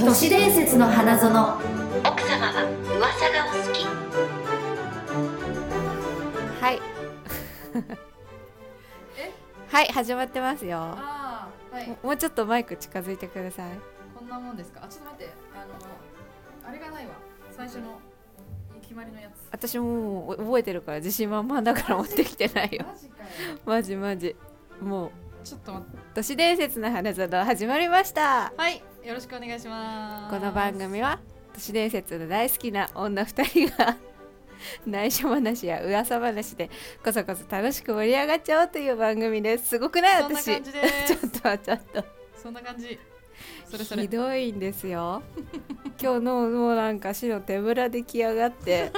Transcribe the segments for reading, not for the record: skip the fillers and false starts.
都市伝説の花園。 奥様は噂がお好き。 はいはい、始まってますよ。 ああ、はい。 もうちょっとマイク近づいてください。 こんなもんですか。あ、ちょっと待って。あれがないわ。最初の決まりのやつ。 私もう覚えてるから自信満々だから持ってきてないよ。 マジかよ。 マジマジ。もうちょっと待って。 都市伝説の花園始まりました。 はい、よろしくお願いします。 この番組は都市伝説の大好きな女2人が内緒話や噂話でこそこそ楽しく盛り上がっちゃおうという番組です。すごくない？私そんな感じですちょっとそんな感じ。それひどいんですよ今日のもうなんか白手ぶらで来やがって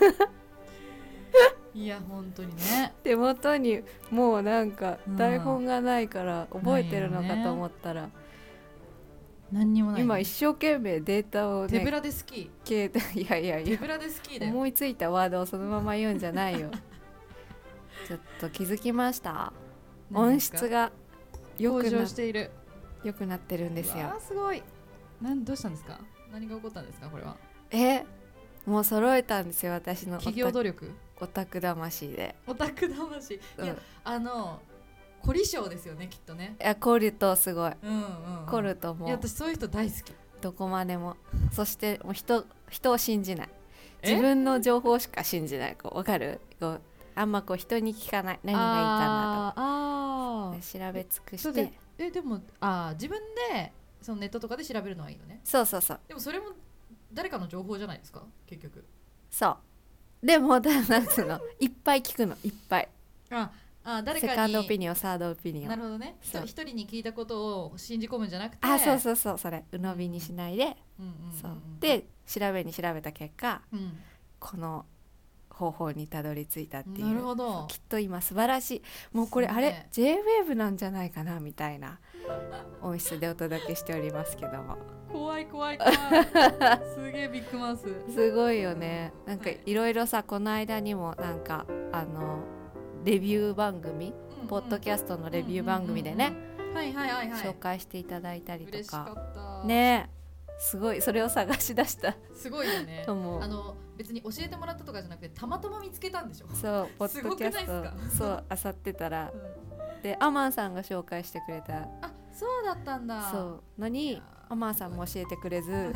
いや本当にね。 手元にもうなんか台本がないから覚えてるのかと思ったら、 何にもない、ね、 今一生懸命データをね手ぶらでスキー。 いや手ぶらでスキーだよ。 思いついたワードをそのまま言うんじゃないよちょっと気づきました。音質が向上している。 良くなってるんですよ。 わーすごい。どうしたんですか。何が起こったんですかこれは。 もう揃えたんですよ私の企業努力。 オタク魂で。 オタク魂。いや凝り性ですよねきっとね。 いや凝るとすごい、凝るともう。 いや私そういう人大好き。 どこまでも。そしてもう人を信じない。自分の情報しか信じない。わかる？あんま人に聞かない。何がいいかなと調べ尽くして。 でも自分でそのネットとかで調べるのはいいのね。 そうそうそう。 でもそれも誰かの情報じゃないですか結局。 そうでもなんつうのいっぱい聞くの。いっぱい誰かにセカンドオピニオンサードオピニオン。 なるほどね。一人に聞いたことを信じ込むんじゃなくて。 そうそれ鵜呑みにしないで、で調べた結果、この方法にたどり着いたっていう。 なるほど。 きっと今素晴らしい。もうこれあれ J-WAVE なんじゃないかなみたいな音質でお届けしておりますけども怖いすげえビッグマウス。 すごいよね。なんかいろいろさ、この間にもなんかレビュー番組、ポッドキャストのレビュー番組でね、紹介していただいたりとか。 嬉しかったね。すごい、それを探し出した。 すごいよね別に教えてもらったとかじゃなくてたまたま見つけたんでしょ。 そうポッドキャストそう漁ってたら、でアマンさんが紹介してくれた。 そうだったんだ。 そうのにアマンさんも教えてくれず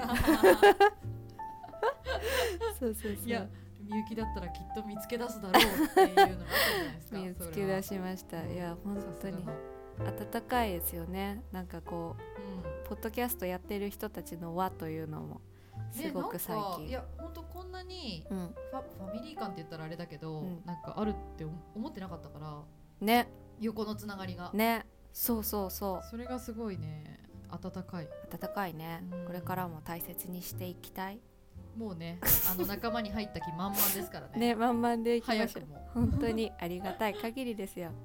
そういやみゆきだったらきっと見つけ出すだろうっていうのがあったじゃないですか。 見つけ出しました。いや本当に温かいですよね。なんかポッドキャストやってる人たちの輪というのもすごく最近、 いや本当こんなにファミリー感って言ったらあれだけど、なんかあるって思ってなかったからね。横のつながりがね。そうそれがすごいね。温かいね。 これからも大切にしていきたい。 もうね仲間に入った気満々ですからね。 ね、満々でいきましょう。 早くも本当にありがたい限りですよ。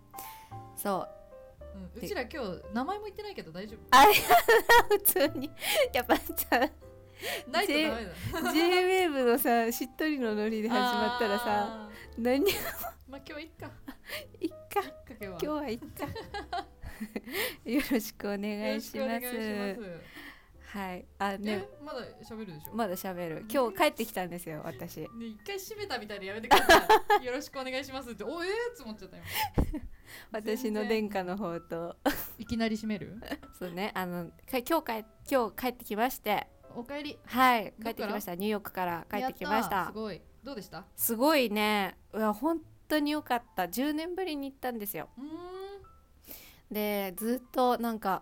うちら今日名前も言ってないけど大丈夫？ 普通にやっぱさないとダメだ。 J-WAVE のさしっとりのノリで始まったらさ何もまあ今日いっか今日はいっかよろしくお願いします。はい。 まだ喋るでしょ。 まだ喋る。今日帰ってきたんですよ私。 ね、一回閉めたみたいでやめてください。よろしくお願いしますって。って思っちゃったよ。 私の殿下の方といきなり閉める？ そうね。今日帰ってきまして。 お帰り。 はい。帰ってきました。ニューヨークから帰ってきました。 すごい。どうでした？すごいね。本当に良かった。10年ぶりに行ったんですよ。でずっとなんか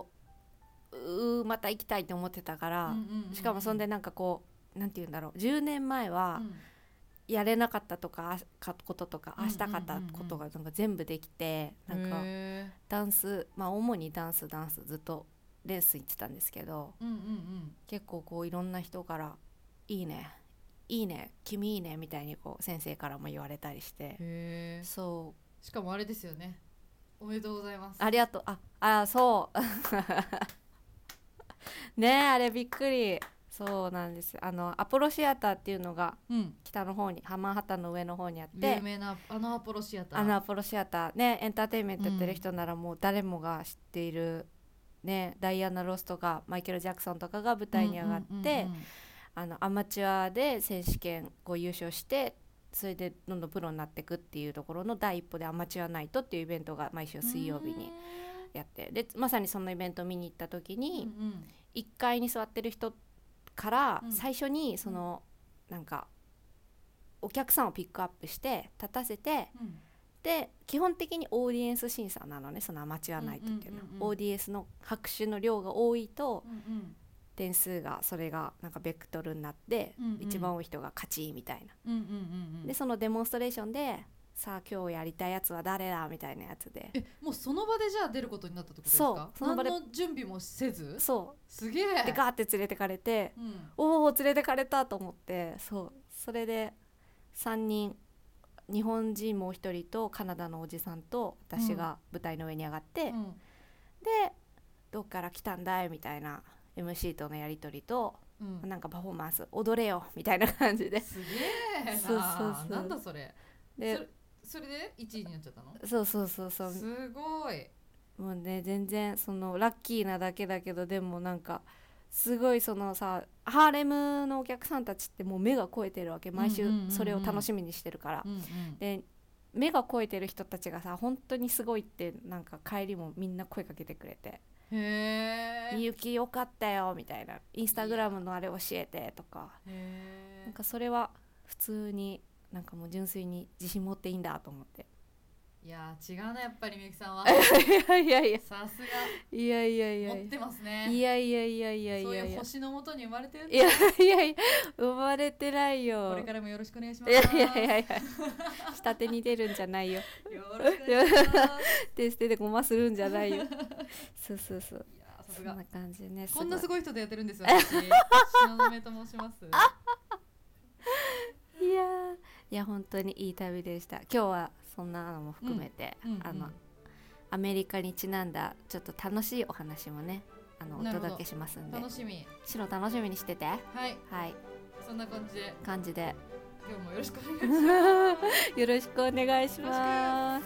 また行きたいと思ってたから、しかもそんでなんかなんて言うんだろう、10年前はやれなかったとかこととかしたかったことがなんか全部できて、なんかダンス、主にダンスずっとレッスン行ってたんですけど、結構いろんな人からいいね君いいねみたいに先生からも言われたりして。そうしかもあれですよね。おめでとうございます。 ありがとう。そうねえ、あれびっくり。そうなんです。アポロシアターっていうのが北の方に、マンハッタンの上の方にあって、 有名なアポロシアター。 アポロシアターね、エンターテインメントやってる人ならもう誰もが知っているね、ダイアナ・ロスとかマイケル・ジャクソンとかが舞台に上がって、アマチュアで選手権優勝して、それでどんどんプロになっていくっていうところの第一歩でアマチュアナイトっていうイベントが毎週水曜日にやって、でまさにそのイベントを見に行った時に、1階に座ってる人から最初にそのなんかお客さんをピックアップして立たせて、で基本的にオーディエンス審査なのね、そのアマチュアナイトっていうのは、オーディエンスの拍手の量が多いと、点数がそれがなんかベクトルになって、一番多い人が勝ちみたいな、でそのデモンストレーションでさあ今日やりたいやつは誰だみたいなやつで、 もうその場でじゃあ出ることになったってことですか？その場で何の準備もせず？ そうすげえ。 でガーって連れてかれて、おお連れてかれたと思って、それで3人、日本人もう1人とカナダのおじさんと私が舞台の上に上がって、でどっから来たんだいみたいな MC とのやり取りと、なんかパフォーマンス踊れよみたいな感じで、 すげえな。そうなんだそれで、それで1位になっちゃったの？ そうすごい。 もうね、全然そのラッキーなだけだけど、でもなんかすごいそのさ、ハーレムのお客さんたちってもう目が肥えてるわけ、毎週それを楽しみにしてるから、で目が肥えてる人たちがさ本当にすごいって、なんか帰りもみんな声かけてくれて、 へー、 みゆきよかったよみたいな、インスタグラムのあれ教えてとか、なんかそれは普通になんかもう純粋に自信持っていいんだと思って。 いや違うな、やっぱりみゆきさんは。 いやさすが。 いや持ってますね。 いやそういう星の下に生まれてるんだ。 いや生まれてないよ。 これからもよろしくお願いします。 いや下手に出るんじゃないよ。 よろしくお願いします。 で捨ててごまするんじゃないよ。そう。いやそんな感じね。 こんなすごい人でやってるんですよ。私篠宮と申します。 いや本当にいい旅でした。今日はそんなのも含めて、アメリカにちなんだちょっと楽しいお話もね、お届けしますんで、 楽しみ。 白楽しみにしてて。はい。 そんな感じで今日もよろしくお願いします。 よろしくお願いします。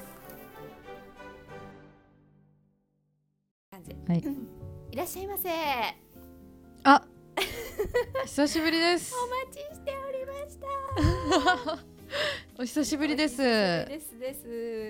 はい。いらっしゃいませ。 あ、久しぶりです。 お待ちしておりました。 お久しぶりです。 です。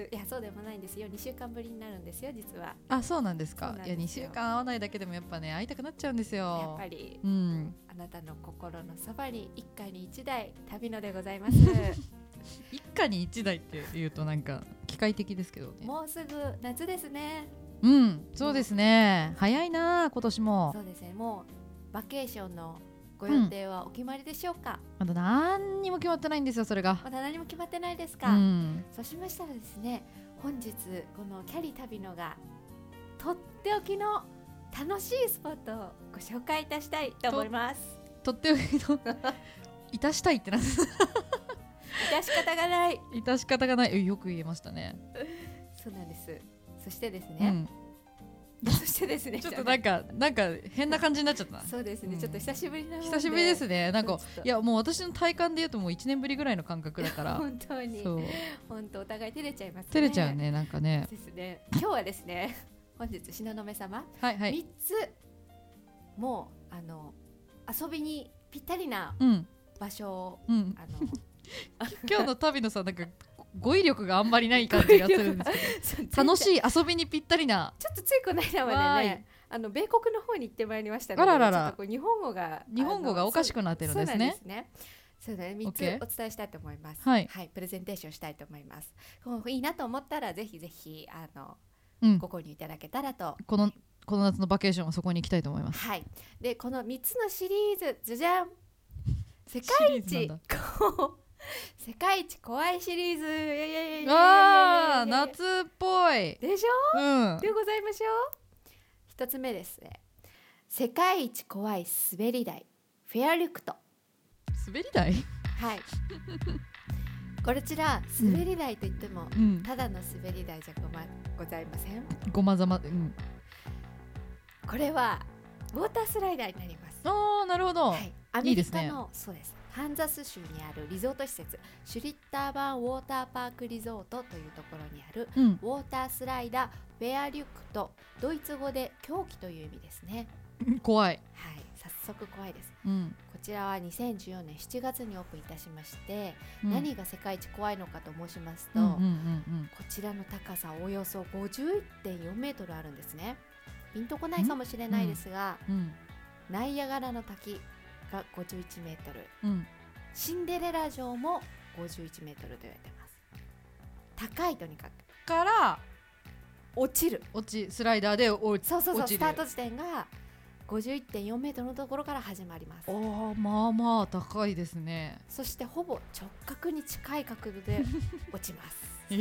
いやそうでもないんですよ。2週間ぶりになるんですよ実は。 あ、そうなんですか。いや2週間会わないだけでもやっぱね会いたくなっちゃうんですよ。 やっぱり、あなたの心のそばに一家に一台旅のでございます。 一家に一台って言うとなんか機械的ですけどね。 もうすぐ夏ですね。 そうですね。早いな今年も。 そうですね。もうバケーションのご予定はお決まりでしょうか？ まだ何にも決まってないんですよ、それが。 まだ何も決まってないですか？そうしましたらですね、本日このキャリ旅のがとっておきの楽しいスポットをご紹介いたしたいと思います。 とっておきのいたしたいってなんです。 致し方がない。 致し方がない。よく言えましたね。 そうなんです。そしてですね、そしてですね、 ちょっとなんか変な感じになっちゃった。 そうですね、ちょっと久しぶりなので。 久しぶりですね。なんかいやもう私の体感で言うともう1年ぶりぐらいの感覚だから。 本当に。本当お互い照れちゃいますね。 照れちゃうね、なんかね。 ですね。今日はですね、本日東雲様3つもう遊びにぴったりな場所を今日の旅のさなんか語彙力があんまりない感じがするんですけど楽しい遊びにぴったりな。 ちょっとついこの間までね米国の方に行ってまいりましたので、ちょっとこう日本語がおかしくなってるんですね。 そうだね、3つお伝えしたいと思います。プレゼンテーションしたいと思います。いいなと思ったらぜひぜひご購入いただけたらと。 この夏のバケーションはそこに行きたいと思います。 でこの3つのシリーズじゃじゃん、世界一怖いシリーズ。 夏っぽいでしょ、でございましょう。1つ目ですね、世界一怖い滑り台フェアリクト。 滑り台？ こちら滑り台といっても、ただの滑り台じゃございません。 ごまざま、 これはウォータースライダーになります。 なるほど。 アメリカのそうです。 カンザス州にあるリゾート施設シュリッターバンウォーターパークリゾートというところにある、ウォータースライダーフェアリュックとドイツ語で狂気という意味ですね。 怖い。 はい、早速怖いです、こちらは2014年7月にオープンいたしまして、何が世界一怖いのかと申しますと、こちらの高さおよそ 51.4 メートルあるんですね。ピンとこないかもしれないですが、ナイアガラの滝が51メートル、シンデレラ城も51メートルと言われてます。高いとにかくから落ちスライダーでそうスタート地点が51.4 メートルのところから始まります。 まあまあ高いですね。 そしてほぼ直角に近い角度で落ちますはい、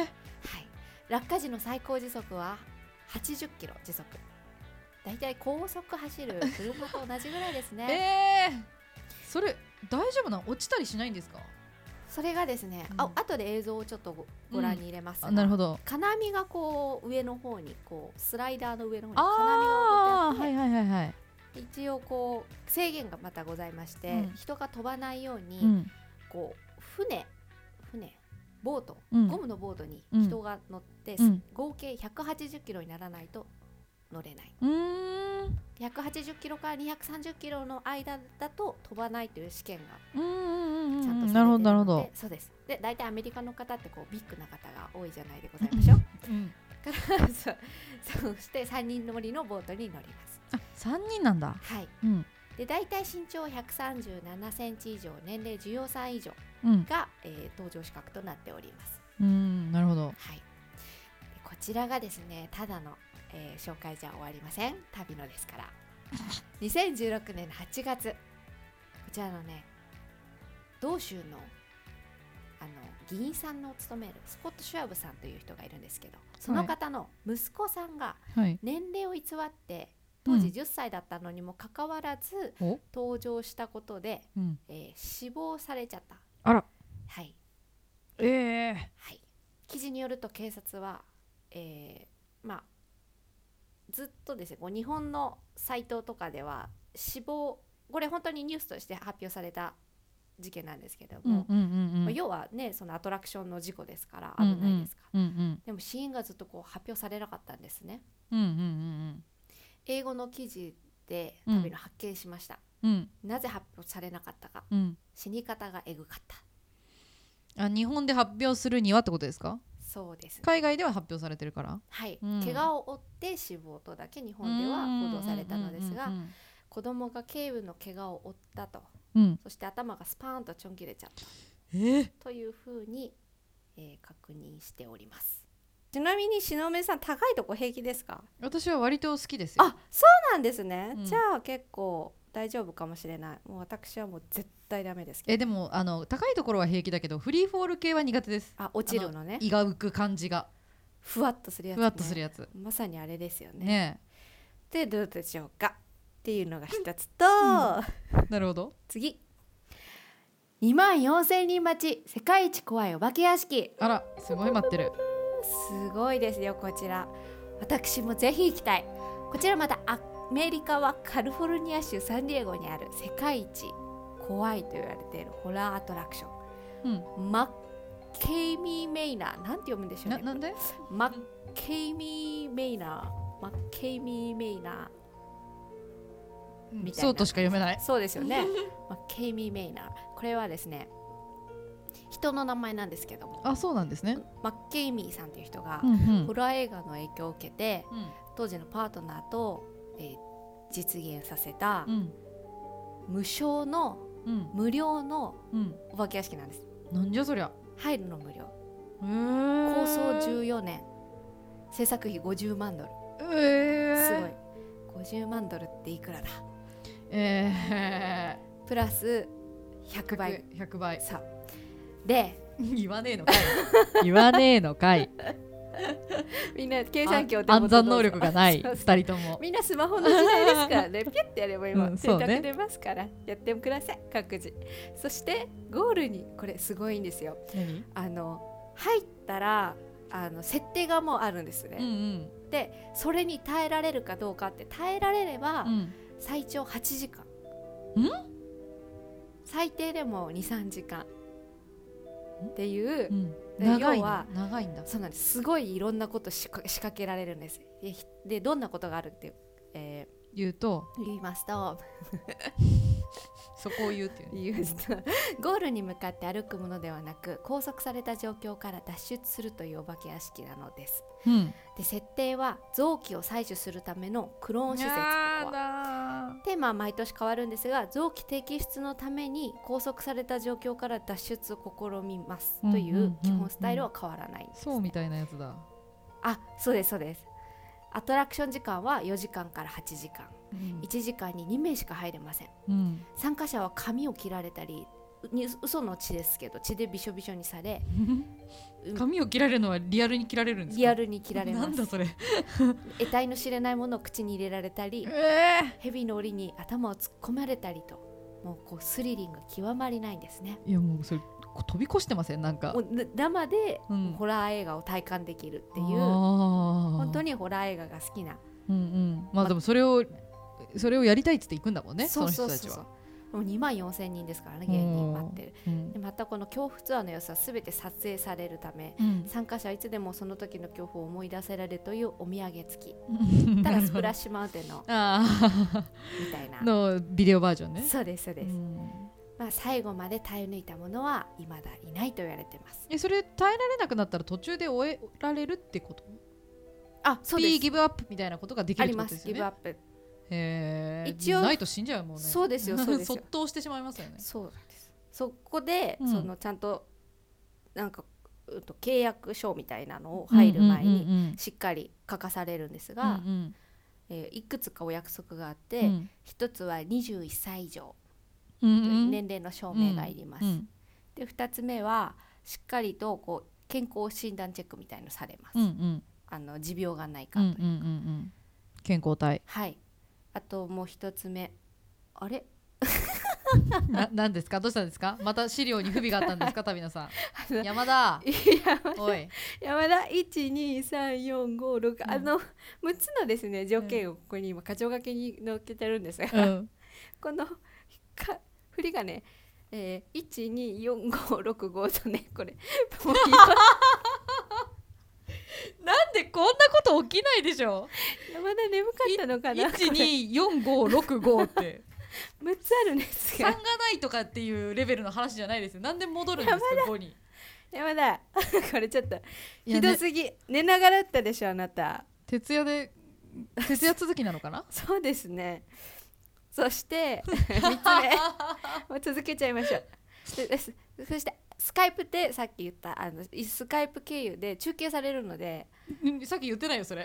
落下時の最高時速は80キロ時速、だいたい高速走る車と同じぐらいですね。 それ大丈夫なの？落ちたりしないんですか？ それがですね、後で映像をちょっとご覧に入れますが、 なるほど。 金網がこう上の方にこうスライダーの上の方に金網が置いてあって、一応こう制限がまたございまして、人が飛ばないように、こう船ボート、ゴムのボートに人が乗って、合計180キロにならないと乗れない。180キロから230キロの間だと飛ばないという試験がちゃんとされているので、 なるほど。 そうです。で、大体アメリカの方ってこうビッグな方が多いじゃないでございましょう。からそして3人乗りのボートに乗ります。 3人なんだ。 はい。で、大体身長137センチ以上、年齢14歳以上が、搭乗資格となっております。 なるほど。 はい。こちらがですね、ただの紹介じゃ終わりません。旅のですから2016年の8月、こちらのね、同州の議員さんの務めるスコット・シュワブさんという人がいるんですけど、その方の息子さんが年齢を偽って当時10歳だったのにもかかわらず登場したことで、死亡されちゃった。 あら。 はい。 はい。 記事によると警察は、ずっとですね、日本のサイトとかでは死亡、これ本当にニュースとして発表された事件なんですけども、要はね、そのアトラクションの事故ですから危ないですから、でも死因がずっとこう発表されなかったんですね。英語の記事で旅の発見しました。なぜ発表されなかったか、死に方がえぐかった。 日本で発表するにはってことですか？ そうですね。 海外では発表されてるから、 はい、怪我を負って死亡とだけ日本では報道されたのですが、子供が頸部の怪我を負ったと、そして頭がスパーンとちょん切れちゃった、というふうに、確認しております。ちなみに篠宮さん、高いとこ平気ですか？ 私は割と好きですよ。 そうなんですね。じゃあ結構大丈夫かもしれない。もう私はもう絶対ダメですけど。 でも高いところは平気だけど、フリーフォール系は苦手です。 落ちるのね。 胃が浮く感じがふわっとするやつ、ね、 ふわっとするやつ、 まさにあれですよね。で、どうでしょうかっていうのが一つと、なるほど。 次、24,000人待ち、世界一怖いお化け屋敷。 あら、すごい待ってる。 すごいですよ、こちら。私もぜひ行きたい。こちらまたアメリカはカリフォルニア州サンディエゴにある世界一怖いと言われているホラーアトラクション、マッケイミー・メイナー、なんて読むんでしょうね。 なんでマッケイミー・メイナー、マッケイミー・メイナーみたいな、 そうとしか読めない。 そうですよね。マッケイミー・メイナー、これはですね、人の名前なんですけども。 そうなんですね。 マッケイミーさんという人が、ホラー映画の影響を受けて、当時のパートナーと、実現させた、無償の、無料のお化け屋敷なんです。 なんじゃそりゃ。 入るの無料。構想14年、制作費50万ドル。すごい。50万ドルっていくらだ。プラス100倍。 100倍。 さで、 言わねえのかい。言わねえのかい。 みんな計算機を暗算能力がない2人とも。 みんなスマホの時代ですからね。ピュッてやれば今選択出ますから、やってください、各自。そしてゴールにこれすごいんですよ。入ったら設定がもうあるんですね。でそれに耐えられるかどうかって、耐えられれば、最長8時間。 最低でも 2,3 時間っていう、 長いんだ。 そうなんです。すごいいろんなこと仕掛けられるんです。でどんなことがあるって、 言いますとそこを言うっていう、 ゴールに向かって歩くものではなく、拘束された状況から脱出するというお化け屋敷なのです、で設定は臓器を採取するためのクローン施設。ここはテーマは毎年変わるんですが、臓器摘出のために拘束された状況から脱出を試みますという基本スタイルは変わらないんです、ね。 そうみたいなやつだ。 あ、そうですそうです。アトラクション時間は4時間から8時間、1時間に2名しか入れません、参加者は髪を切られたり、嘘の血ですけど血でびしょびしょにされ髪を切られるのはリアルに切られるんですか？ リアルに切られます。 なんだそれ得体の知れないものを口に入れられたり、蛇の檻に頭を突っ込まれたりと、もうこうスリリング極まりないんですね。 いやもうそれ飛び越してません？なんかもう生でホラー映画を体感できるっていう、本当にホラー映画が好きな、 まあでもそれをやりたいっつって行くんだもんね、その人たちは。 もう24,000人ですからね、芸人待ってる、でまたこの恐怖ツアーの様子は全て撮影されるため、参加者はいつでもその時の恐怖を思い出せられるというお土産付きただスプラッシュマウンテンのみたいなのビデオバージョンね。 そうですそうです、まあ、最後まで耐え抜いたものは未だいないと言われてます。 それ耐えられなくなったら途中で終えられるってこと？ あ、そうです。 ギブアップみたいなことができるってことですよね。 あります、ギブアップ。 一応ないと死んじゃうもんね。 そうですよ、そうですよそっとしてしまいますよね。 そうなんです。そこで、そのちゃんとなんか契約書みたいなのを入る前にしっかり書かされるんですが、いくつかお約束があって、一つは21歳以上年齢の証明がいります、で2つ目はしっかりとこう健康診断チェックみたいのされます、持病がないかというか、 健康体。 はい。あともう1つ目、あれ何ですか？どうしたんですか？また資料に不備があったんですか？旅野さん。山田おい山田12345 6、6つのですね条件をここに今箇条書きに載っけてるんですが、この振りがね、12456とね、これもうなんでこんなこと起きないでしょ。 山田眠かったのかな。 12456って 6つあるんですが、 3がないとかっていうレベルの話じゃないですよ。なんで戻るんですか5に。 山田これちょっとひどすぎ、寝ながらだったでしょあなた。 徹夜続きなのかなそうですね。そして3つ目もう続けちゃいましょう。そしてスカイプってさっき言ったスカイプ経由で中継されるので、 さっき言ってないよそれ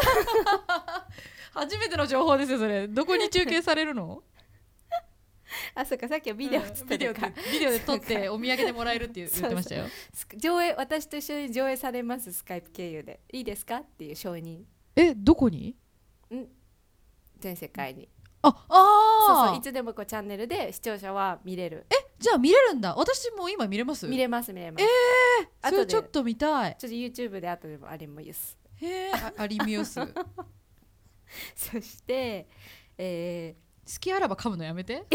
初めての情報ですよそれ。どこに中継されるのあ、そうか、さっきはビデオビデオで撮ってお土産でもらえるって言ってましたよ。 上映、私と一緒に上映されます、スカイプ経由で。いいですかっていう承認。 どこに？ 全世界に。 そうそう、いつでもこうチャンネルで視聴者は見れる。 じゃあ見れるんだ。私も今見れます？ 見れます。それちょっと見たい。 ちょっと YouTube で後でもあります。 ありみよすそして好きあらば噛むのやめて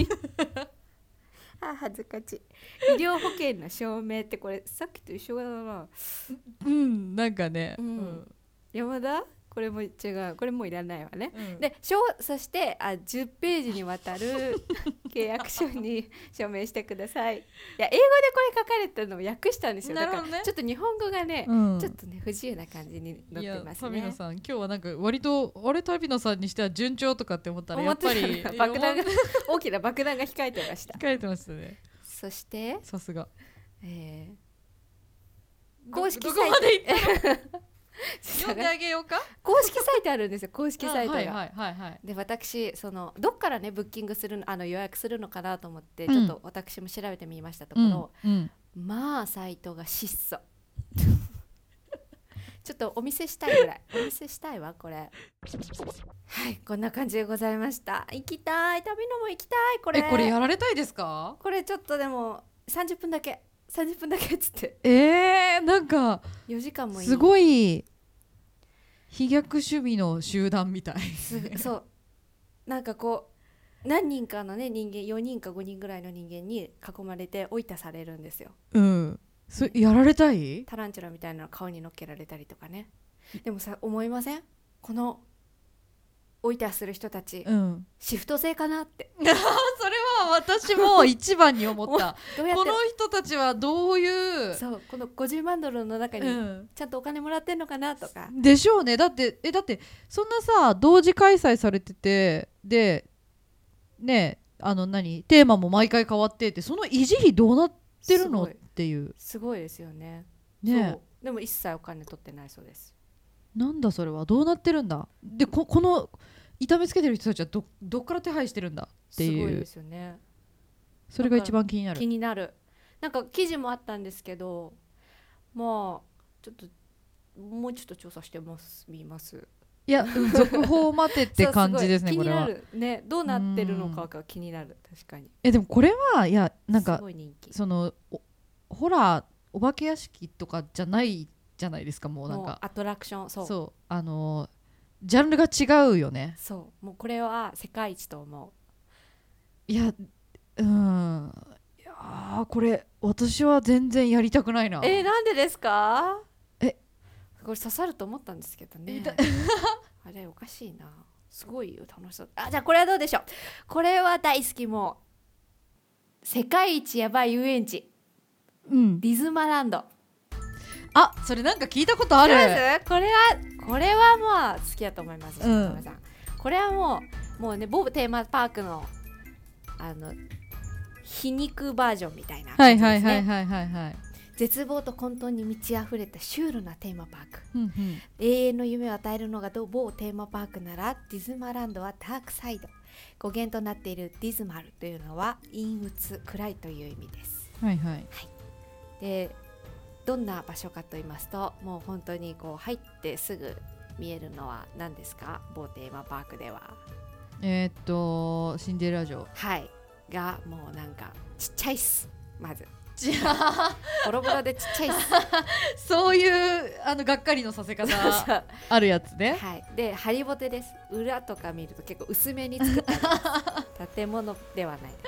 恥ずかしい。医療保険の証明ってこれさっきと一緒だな。 なんかね、 山田これも違う、これもういらないわね、でそして10ページにわたる契約書に署名してください。いや、英語でこれ書かれたのを訳したんですよ。だからちょっと日本語がね、ちょっとね不自由な感じになってますね。 旅野さん今日はなんか割と旅野さんにしては順調とかって思ったらやっぱり爆弾が大きな爆弾が控えてました。 控えてましたね。 そしてさすが、 公式サイトどこまで行ったの読んであげようか。 公式サイトあるんですよ、公式サイトが。で私どっからねブッキングする予約するのかなと思って、ちょっと私も調べてみましたところ、まあサイトが質素ちょっとお見せしたいぐらいお見せしたいわこれ。はい、こんな感じでございました。行きたい、旅のも行きたい。これやられたいですか？ これちょっとでも30分だけっつってなんか 4時間もいい。 すごい飛躍趣味の集団みたいそうなんかこう何人かのね人間4人か5人ぐらいの人間に囲まれて追い出されるんですよ。 やられたい？ タランチュラみたいなの顔に乗っけられたりとかね。でもさ、思いません？この追い出する人たち、シフト制かなってそれは私も一番に思ったこの人たちはどういう、 そうこの50万ドルの中にちゃんとお金もらってんのかなとか、 でしょうね。だってそんなさ同時開催されてて、でね、テーマも毎回変わってて、その維持費どうなってるのっていう。 すごいですよね。 ね、 でも一切お金取ってないそうです。 なんだそれは、どうなってるんだ。でこの痛めつけてる人たちはどっから手配してるんだっていう。 すごいですよね。 それが一番気になる。 気になる。なんか記事もあったんですけど、まあちょっともうちょっと調査してみます。 いや、続報を待てって感じですね。これは気になるね。どうなってるのかが気になる。確かに。 でもこれは、いや、なんかすごい人気。 そのホラーお化け屋敷とかじゃないじゃないですか。もうなんかアトラクション。 そうジャンルが違うよね。 そうもうこれは世界一と思う。 いや、これ私は全然やりたくないな。 なんでですか？これ刺さると思ったんですけどね。あれおかしいな。すごいよ、楽しそう。じゃあこれはどうでしょう。これは大好き。もう世界一やばい遊園地、ディズマランド。 それなんか聞いたことある。 これはまあ好きだと思います。これはもうね、ボブテーマパークの皮肉バージョンみたいな感じですね。絶望と混沌に満ち溢れたシュールなテーマパーク、永遠の夢を与えるのが某テーマパークなら、ディズマランドはダークサイド。語源となっているディズマルというのは陰鬱、暗いという意味です。でどんな場所かと言いますと、もう本当にこう入ってすぐ見えるのは何ですか？某テーマパークではシンデレラ城がもうなんかちっちゃいっす。まずボロボロでちっちゃいっすそういうがっかりのさせ方あるやつね。 でハリボテです。裏とか見ると結構薄めに作ってあります。建物ではないです。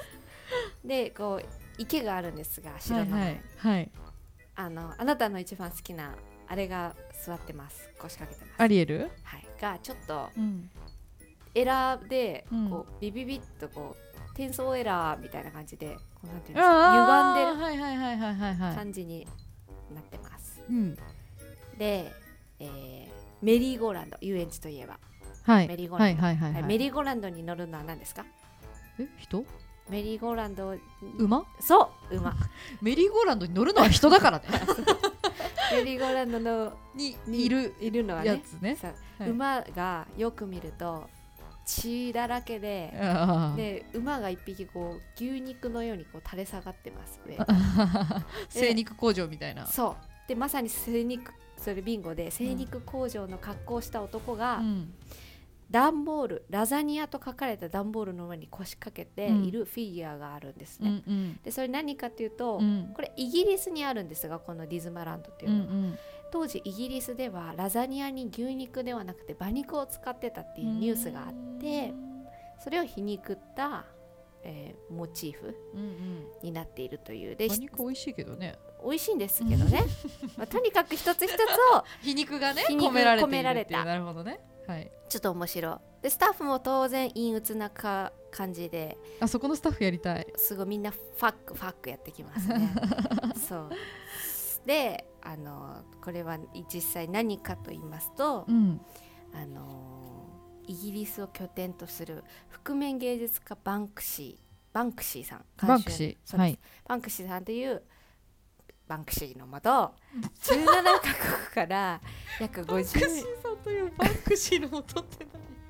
でこう池があるんですが、白のあなたの一番好きなあれが座ってます。腰掛けてます。 アリエル、 がちょっと、エラーでこうビビビッとこう転送エラーみたいな感じで、こうなんていうんですか、歪んでる感じになってます。で、メリーゴーランド、遊園地といえば、メリーゴーランド、メリーゴーランドに乗るのは何ですか？ 人？ メリーゴーランド、 馬？ そう馬。 メリーゴーランドに乗るのは人だからね。 メリーゴーランドにいるのはね、 やつね。 馬がよく見ると血だらけで、馬が一匹こう牛肉のようにこう垂れ下がってますね。 精肉工場みたいな。 そうで、まさにそれビンゴで精肉工場の格好をした男が、段ボール、ラザニアと書かれた段ボールの上に腰掛けているフィギュアがあるんですね。でそれ何かというと、これイギリスにあるんですが、このディズマランドっていうのは、当時イギリスではラザニアに牛肉ではなくて馬肉を使ってたっていうニュースがあって、それを皮肉った、モチーフになっているという。で馬肉美味しいけどね。 美味しいんですけどね、とにかく一つ一つを皮肉がね込められているっていう。なるほどね。 ちょっと面白い。でスタッフも当然陰鬱な感じで、 そこのスタッフやりたい。 すごいみんなファックやってきますね。そうでこれは実際何かと言いますと、イギリスを拠点とする覆面芸術家バンクシーさん、バンクシーさんというバンクシーのもと17カ国から約50 バンクシーさんというバンクシーのもとって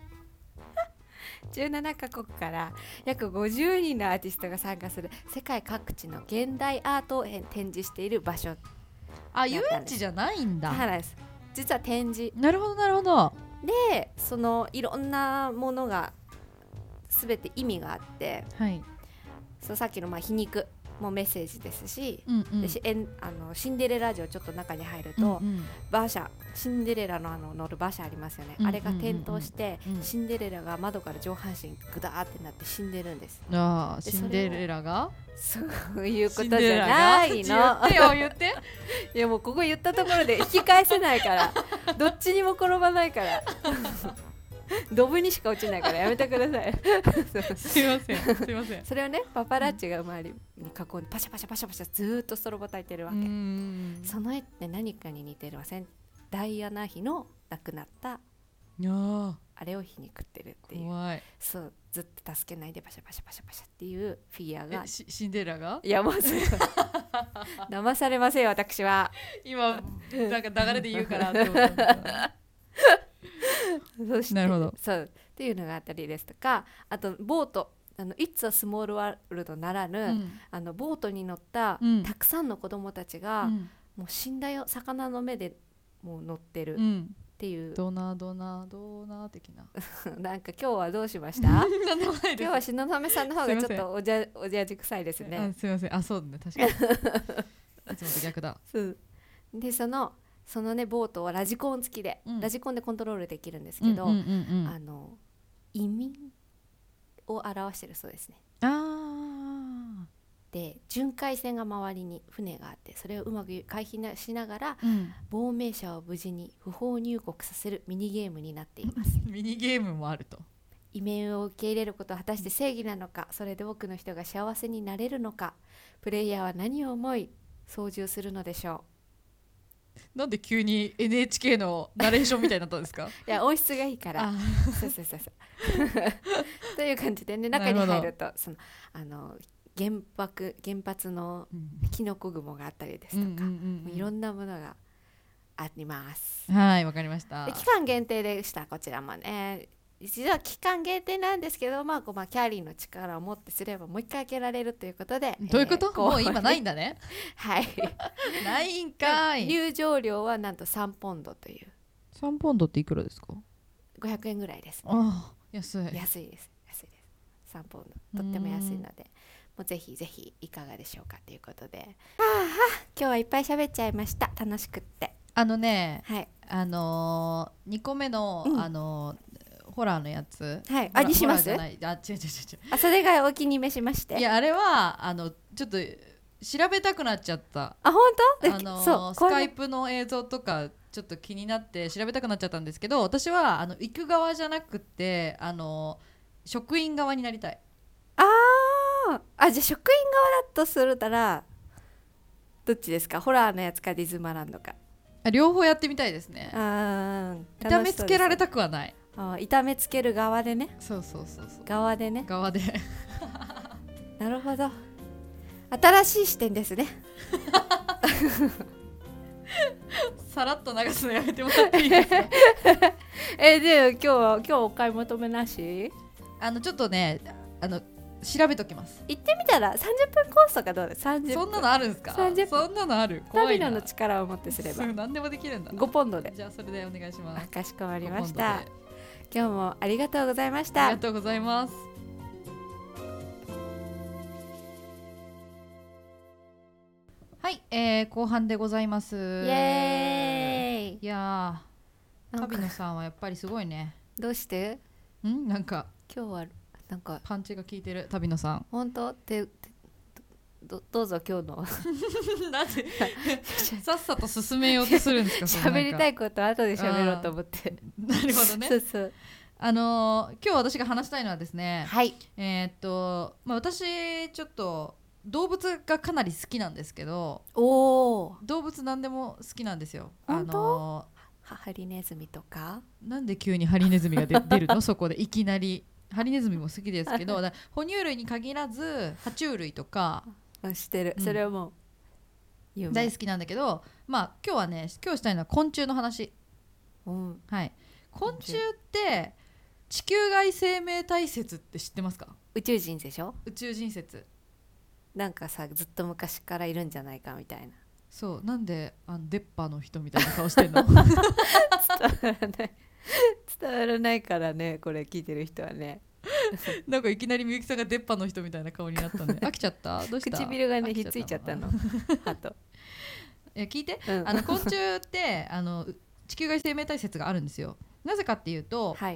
何？17カ国から約50人のアーティストが参加する世界各地の現代アートを展示している場所。 遊園地じゃないんだ。 実は展示。 なるほどなるほど。 でそのいろんなものが全て意味があって、さっきの皮肉もうメッセージですし、 でシンデレラ城ちょっと中に入ると、馬車シンデレラの乗る馬車ありますよね、あれが転倒して、シンデレラが窓から上半身グダーってなって死んでるんです。 シンデレラがそういうことじゃないの。 言っていやもうここ言ったところで引き返せないからどっちにも転ばないからドブにしか落ちないからやめてくださいすいませんそれをねパパラッチが周りに囲んでパシャパシャずーっとストロボ焚いてるわけ。その絵って何かに似てるわせん？ダイアナ妃の亡くなったあれを皮肉ってるっていう。 怖い。 そうずっと助けないでパシャパシャっていうフィギュアがシンデレラがいやもう騙されません私は今なんか流れで言うからって思ったそしてなるほどそうっていうのがあったりですとか、あとボートIt's a Small World ならぬ、ボートに乗った、たくさんの子供たちが、もう死んだよ魚の目でもう乗ってるっていう、 ドナー的ななんか今日はどうしました今日は東雲さんの方がちょっとおじゃじ臭いですね。 すいません。そうね、確かにいつもと逆だ。 そうでそのねボートはラジコン付きで、ラジコンでコントロールできるんですけど、移民を表してるそうですね。で巡回船が周りに船があって、それをうまく回避しながら、亡命者を無事に不法入国させるミニゲームになっていますミニゲームもあると。 移民を受け入れることは果たして正義なのか、それで多くの人が幸せになれるのか、プレイヤーは何を思い操縦するのでしょう。なんで急に NHK のナレーションみたいになったんですかいや音質がいいからそうという感じでね、中に入るとその原発のキノコ雲があったりですとか、いろんなものがあります。 はい、わかりました。 期間限定でした。こちらもね実は期間限定なんですけど、キャリーの力を持ってすればもう一回開けられるということで。 どういうこと？もう今ないんだねはいないんかい。 入場料はなんと3ポンドという。 3ポンドっていくらですか ？500円ぐらいです、ね、 安いです3ポンドとっても安いので、もうぜひぜひいかがでしょうかということで、今日はいっぱい喋っちゃいました。楽しくってね、はい、2個目の、ホラーのやつ、 にします？違うそれがお気に召しまして。 いやあれはちょっと調べたくなっちゃった。 本当？ スカイプの映像とかちょっと気になって調べたくなっちゃったんですけど、私は行く側じゃなくて職員側になりたい。 じゃあ職員側だとするならどっちですか？ホラーのやつかディズマランドか。 両方やってみたいですね。痛めつけられたくはない。 痛めつける側でね。 そう側でね。 側でなるほど、新しい視点ですねさらっと流すのやめてもらっていいですかで今日お買い求めなし？ ちょっとね調べときます。 行ってみたら30分コースとかどうです？30分。 そんなのあるんですか？30分。そんなのある。怖いな。 旅の力を持ってすれば何でもできるんだ。 5ポンドで。 じゃあそれでお願いします。 かしこまりました。今日もありがとうございました。 ありがとうございます。はい、後半でございます。イエーイ。 いやー、旅野さんはやっぱりすごいね。 どうして？ なんか今日はなんかパンチが効いてる。旅野さん本当？どうぞ今日のなんでさっさと進めようとするんですか？ 喋りたいこと後で喋ろうと思って。 なるほどね。 そう今日私が話したいのはですね、 はい、 私ちょっと動物がかなり好きなんですけど、動物何でも好きなんですよ。 本当？ハリネズミとか？ なんで急にハリネズミが出るのそこでいきなり。ハリネズミも好きですけど哺乳類に限らず爬虫類とか知ってる、それはもう大好きなんだけど、今日したいのは昆虫の話、はい、昆虫って地球外生命体説って知ってますか？ 宇宙人でしょ？宇宙人説なんかさずっと昔からいるんじゃないかみたいな。 そうなんで出っ歯の人みたいな顔してんの伝わらないからね、これ聞いてる人はねなんかいきなりみゆきさんが出っ歯の人みたいな顔になったね。飽きちゃった？どうした？ 唇がねひっついちゃったの。あと聞いて、昆虫って地球外生命体説があるんですよ。なぜかっていうと、はい、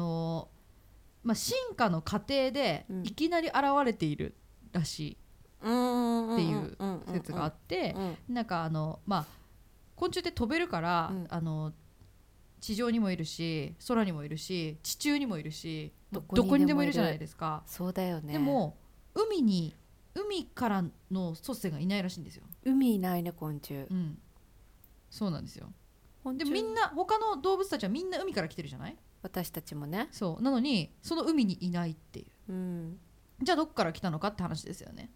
進化の過程でいきなり現れているらしいっていう説があって、なんか昆虫って飛べるから、地上にもいるし空にもいるし地中にもいるしどこにでもいるじゃないですか。 そうだよね。 でも海からの祖先がいないらしいんですよ。 海いないね昆虫。 そうなんですよ。でみんな他の動物たちはみんな海から来てるじゃない？ 私たちもね。 そうなのにその海にいないっていう、じゃあどっから来たのかって話ですよね。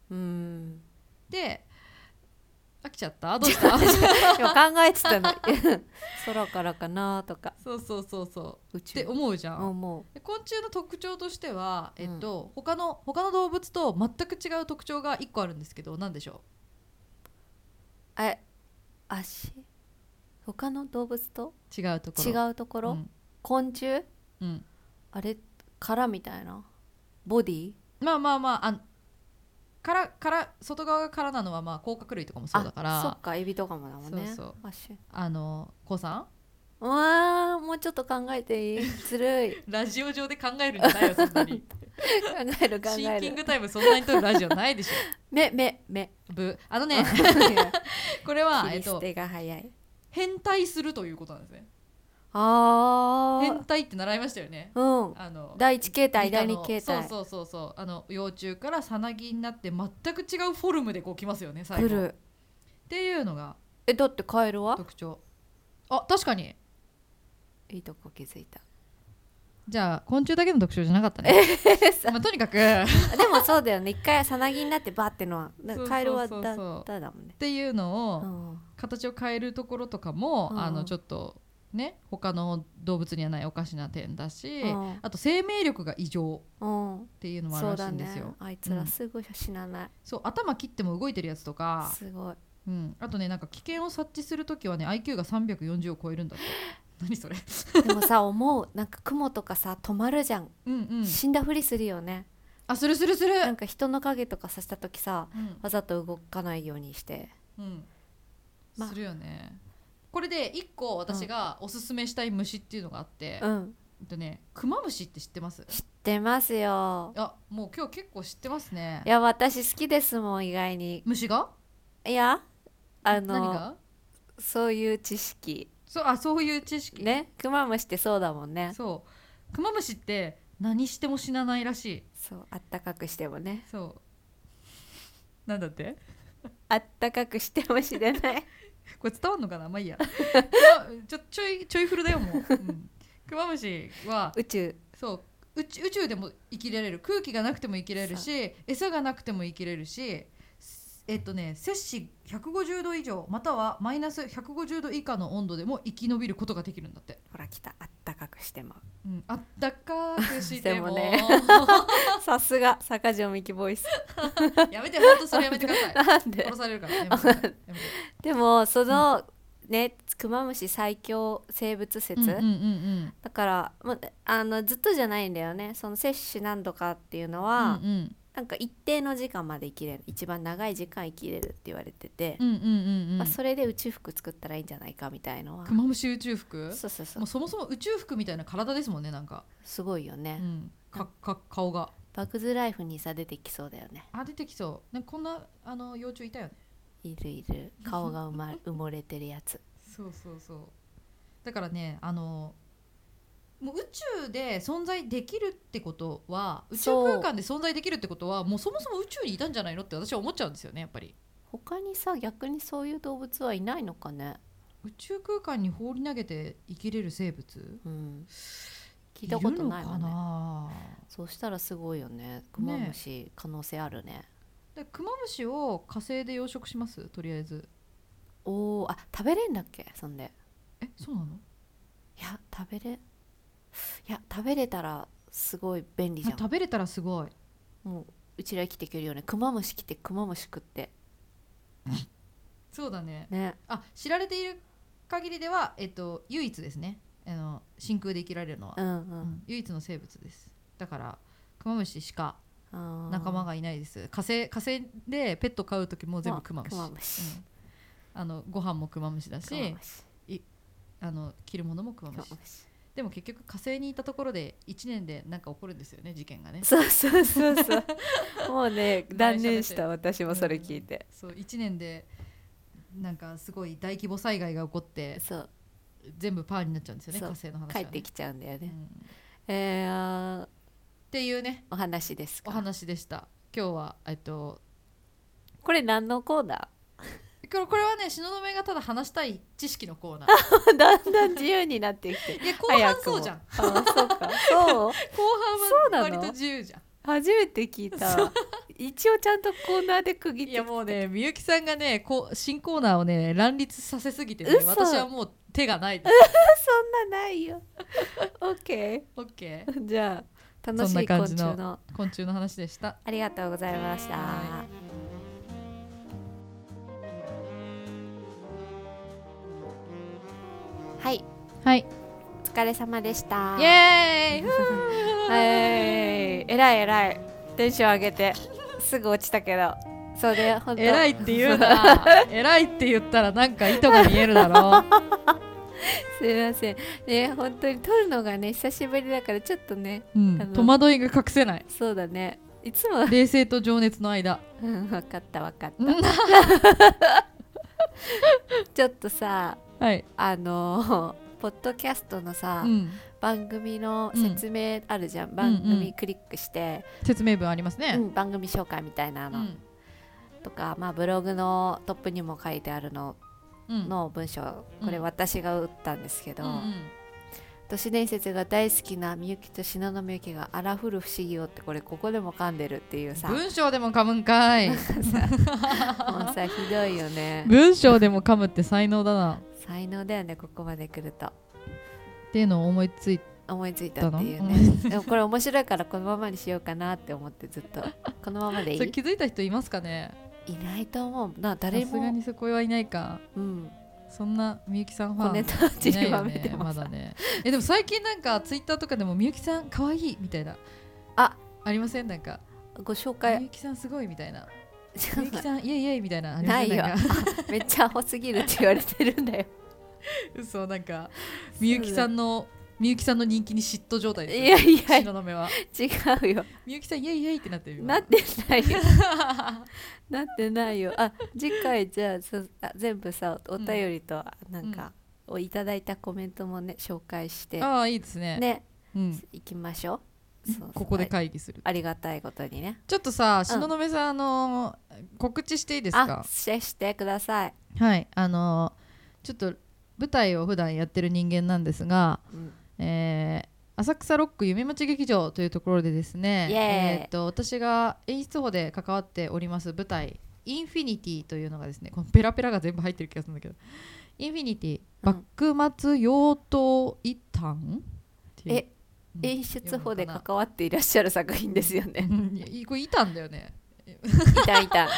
で飽きちゃった？どうした？ 今考えてたの。空からかなとか。 そうって思うじゃん。 思う。 昆虫の特徴としては、他の動物と全く違う特徴が1個あるんですけど、何でしょう？足？他の動物と違うところ、 昆虫、あれ殻みたいなボディ、 殻外側が殻なのは甲殻類とかもそうだから。 そっかエビとかもだもんね。 コウさんもうちょっと考えていい？ずるい。 ラジオ上で考えるんじゃないよそんなに。 考えるシンキングタイムそんなに取るラジオないでしょ。 目これは切り捨てが早い。 変態するということなんですね。変態って習いましたよね。 第一形態第二形態。 そう幼虫からさなぎになって全く違うフォルムでこう来ますよね最後。っていうのがだってカエルは特徴。確かにいいとこ気づいた。 じゃあ昆虫だけの特徴じゃなかったね。とにかくでもそうだよね。一回さなぎになってバッてのはカエルはだもんね。 っていうのを形を変えるところとかもちょっとね他の動物にはないおかしな点だし、あと生命力が異常っていうのもあるらしいんですよ。 あいつらすぐ死なない。 そう頭切っても動いてるやつとかすごい。 あとねなんか危険を察知するときはね IQ が340を超えるんだって。何それ。 でもさ思う、なんか雲とかさ止まるじゃん。死んだふりするよね。 するなんか人の影とかさしたときさ、わざと動かないようにして、 するよね。これで1個私がおすすめしたい虫っていうのがあって、クマムシって知ってます？ 知ってますよ。 もう今日結構知ってますね。 いや私好きですもん。意外に虫が？ いや何が？ そういう知識。 そういう知識ね。クマムシってそうだもんね。 そうクマムシって何しても死なないらしい。 そうあったかくしてもね。 なんだって？ あったかくしても死なないこれ伝わるのかな。まあいいや。ちょいフルだよもう。クマムシは宇宙でも生きられる。空気がなくても生きられるし餌がなくても生きれるし、摂氏150度以上またはマイナス150度以下の温度でも生き延びることができるんだって。 ほら来た。あったかくしても、 あったかくしてもね。さすが坂上美紀ボイス。 やめて、本当それやめてください。 なんで？ 殺されるからやめて。 でもその、ねクマムシ最強生物説、だからずっとじゃないんだよね。その摂氏何度かっていうのは、なんか一定の時間まで生きれる、一番長い時間生きれるって言われてて、それで宇宙服作ったらいいんじゃないかみたいのは。 クマムシ宇宙服？ そうもうそもそも宇宙服みたいな体ですもんね。なんかすごいよね。 顔がバグズライフにさ出てきそうだよね。 出てきそう。なんかこんな幼虫いたよね。 いる顔が埋もれてるやつ。 そうだからねもう宇宙で存在できるってことは、宇宙空間で存在できるってことはもうそもそも宇宙にいたんじゃないのって私は思っちゃうんですよね。やっぱり他にさ逆にそういう動物はいないのかね。 宇宙空間に放り投げて生きれる生物、 聞いたことないもんね。そうしたらすごいよね。クマムシ可能性あるね。 でクマムシを火星で養殖します。とりあえず。 食べれんだっけ？そんでそうなの？ いや食べれたらすごい便利じゃん。 食べれたらすごい。 もううちら生きていけるよね。クマムシ来てクマムシ食ってそうだね。知られている限りでは唯一ですね。真空で生きられるのは、唯一の生物です。 だからクマムシしか仲間がいないです。火星でペット飼う時も全部クマムシ、ご飯もクマムシだし、着るものもクマムシ。でも結局火星にいたところで1年でなんか起こるんですよね、事件がね。 そうもうね断念した私もそれ聞いて、 そう1年でなんかすごい大規模災害が起こって全部パーになっちゃうんですよね、火星の話は、ね、 帰ってきちゃうんだよね、 っていうねお話ですか。 お話でした。今日はこれ何のコーナー？ これはね、東雲がただ話したい知識のコーナーだんだん自由になってきて。 いや後半そうじゃん。 そうかそう後半は割と自由じゃん。 初めて聞いた。一応ちゃんとコーナーで区切ってきて。 いやもうね、みゆきさんがね新コーナーをね乱立させすぎてね、私はもう手がない。 そんなないよ。OK じゃあ楽しい昆虫の話でした。 ありがとうございました。はい、 はい、 お疲れ様でした。 イエーイえらいテンション上げてすぐ落ちたけど、そうで本当えらいって言うなえらいって言ったらなんか意図が見えるだろすいませんね、本当に撮るのがね久しぶりだからちょっとね、 戸惑いが隠せない。 そうだね、いつも冷静と情熱の間。 分かったちょっとさ、 はい、 ポッドキャストのさ、番組の説明あるじゃん、番組クリックして説明文ありますね、 番組紹介みたいなの、とか、ブログのトップにも書いてあるのの文章、これ私が打ったんですけど、都市伝説が大好きなみゆきと東雲ゆきがあらふる不思議をって、ここでも噛んでるっていうさ、 文章でも噛むんかいもうさひどいよね。 文章でも噛むって才能だな。 才能だよね、ここまで来るとっていうのを思いついたっていうねでもこれ面白いからこのままにしようかなって思ってずっとこのままでいい。 それ気づいた人いますかね。 いないと思うな、誰も。 さすがにそこはいないか。そんなみゆきさんファンいないよねまだね。でも最近なんかツイッターとかでもみゆきさんかわいいみたいなありません？なんかご紹介みゆきさんすごいみたいなみゆきさんイエイイエイみたいなないよめっちゃアホすぎるって言われてるんだよ嘘、なんかみゆきさんの人気に嫉妬状態ですよ。 いや東雲は違うよ。 みゆきさんイエイイエイってなってる。 なってないよなってないよ。次回じゃあ全部さお便りとなんか、をいただいたコメントもね紹介して、 いいですね。 行きましょう。 ここで会議する。 ありがたいことにね。 ちょっとさ、東雲さん告知していいですか？ してください。 はい、ちょっと舞台を普段やってる人間なんですが、浅草ロック夢町劇場というところでですね、私が演出補で関わっております舞台インフィニティというのがですね、このペラペラが全部入ってる気がするんだけど、インフィニティ幕末妖刀異端演出補で関わっていらっしゃる作品ですよねこれ異端だよねいたが、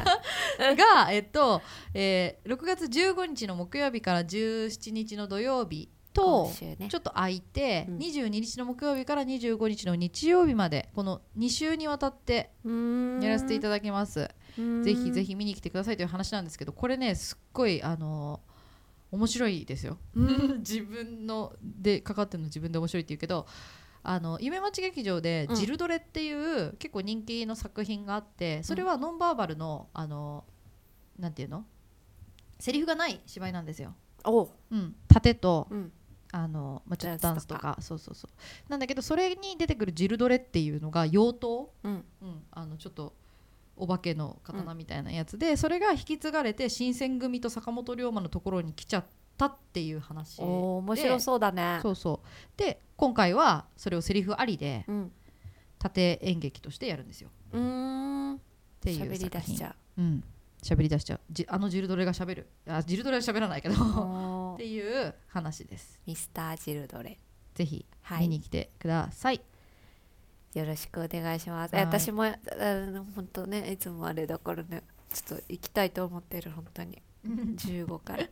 6月15日の木曜日から17日の土曜日とちょっと空いて、22日の木曜日から25日の日曜日までこの2週にわたってやらせていただきます。ぜひぜひ見に来てくださいという話なんですけど、これねすっごい面白いですよ自分のでかかってるの自分で面白いって言うけど、夢町劇場でジルドレっていう結構人気の作品があって、それはノンバーバルのなんていうの、セリフがない芝居なんですよ。盾と、ちょっとダンスとか、そうなんだけど、それに出てくるジルドレっていうのが妖刀、ちょっとお化けの刀みたいなやつで、それが引き継がれて新選組と坂本龍馬のところに来ちゃったっていう話で、 面白そうだね。 で今回はそれをセリフありで、盾演劇としてやるんですよ。っていう喋り出しちゃう。 喋り出しちゃう。ジルドレが喋る。ジルドレは喋らないけどっていう話です。 ミスタージルドレ、 ぜひ見に来てください。 よろしくお願いします。私も本当ね、いつもあれだからね、ちょっと行きたいと思ってる。本当に15から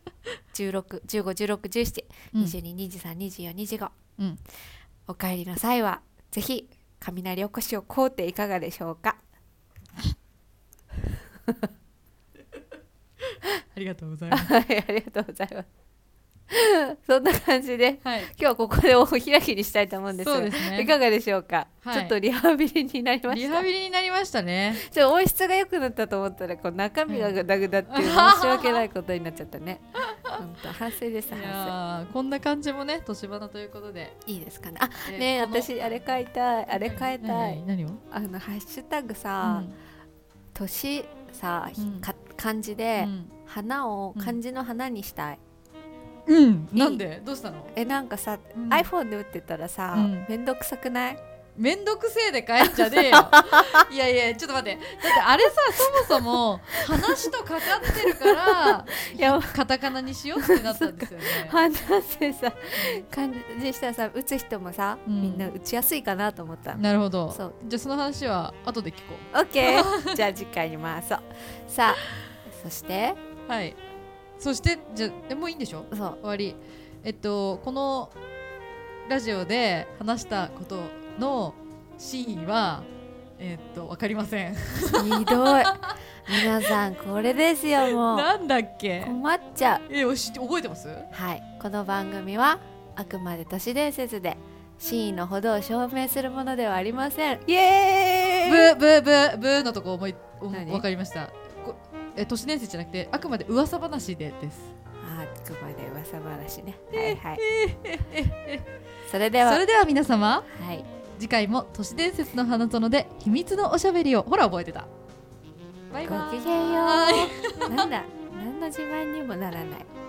16、15、16、17、22、23、24、25、お帰りの際はぜひ雷おこしを買うていかがでしょうか。 ありがとうございます。 はい、ありがとうございます。そんな感じで、 はい、 今日はここでお開きにしたいと思うんですが、 そうですね、 いかがでしょうか、 はい、 ちょっとリハビリになりました。 リハビリになりましたね。 音質が良くなったと思ったらこう中身がグダグダっていう申し訳ないことになっちゃったね。本当反省です。 いやこんな感じもね年花ということでいいですかね。あ、ねえ、私あれ買いたい、あれ買いたい。 何を？ ハッシュタグさ、年さ、漢字で、花を漢字の花にしたい。 なんでどうしたの？ なんかさ、iPhone で打ってたらさ、めんどくさくない？ めんどくせえで帰っちゃねえよ。いやいやちょっと待って、だってあれさそもそも話とかかってるからいやカタカナにしようってなったんですよね。 話でさ漢字したらさ打つ人もさ、みんな打ちやすいかなと思った。 なるほど。そう、じゃあその話は後で聞こう。 OK じゃあ次回に回そう。さあそしてはいそしてじゃもういいんでしょ？そう終わり。このラジオで話したことの真意はわかりません。 ひどい。皆さんこれですよもう。 なんだっけ？ 困っちゃう。 覚えてます？ はい、この番組はあくまで都市伝説で真意のほどを証明するものではありません。イエーイ。 ブーのとこわかりました。都市伝説じゃなくてあくまで噂話でです。 あくまで噂話ね。はいはい。それでは皆様、 はい、 次回も都市伝説の花園で秘密のおしゃべりをほら覚えてた。バイバイ。 ごきげんよう。なんだ何の自慢にもならない。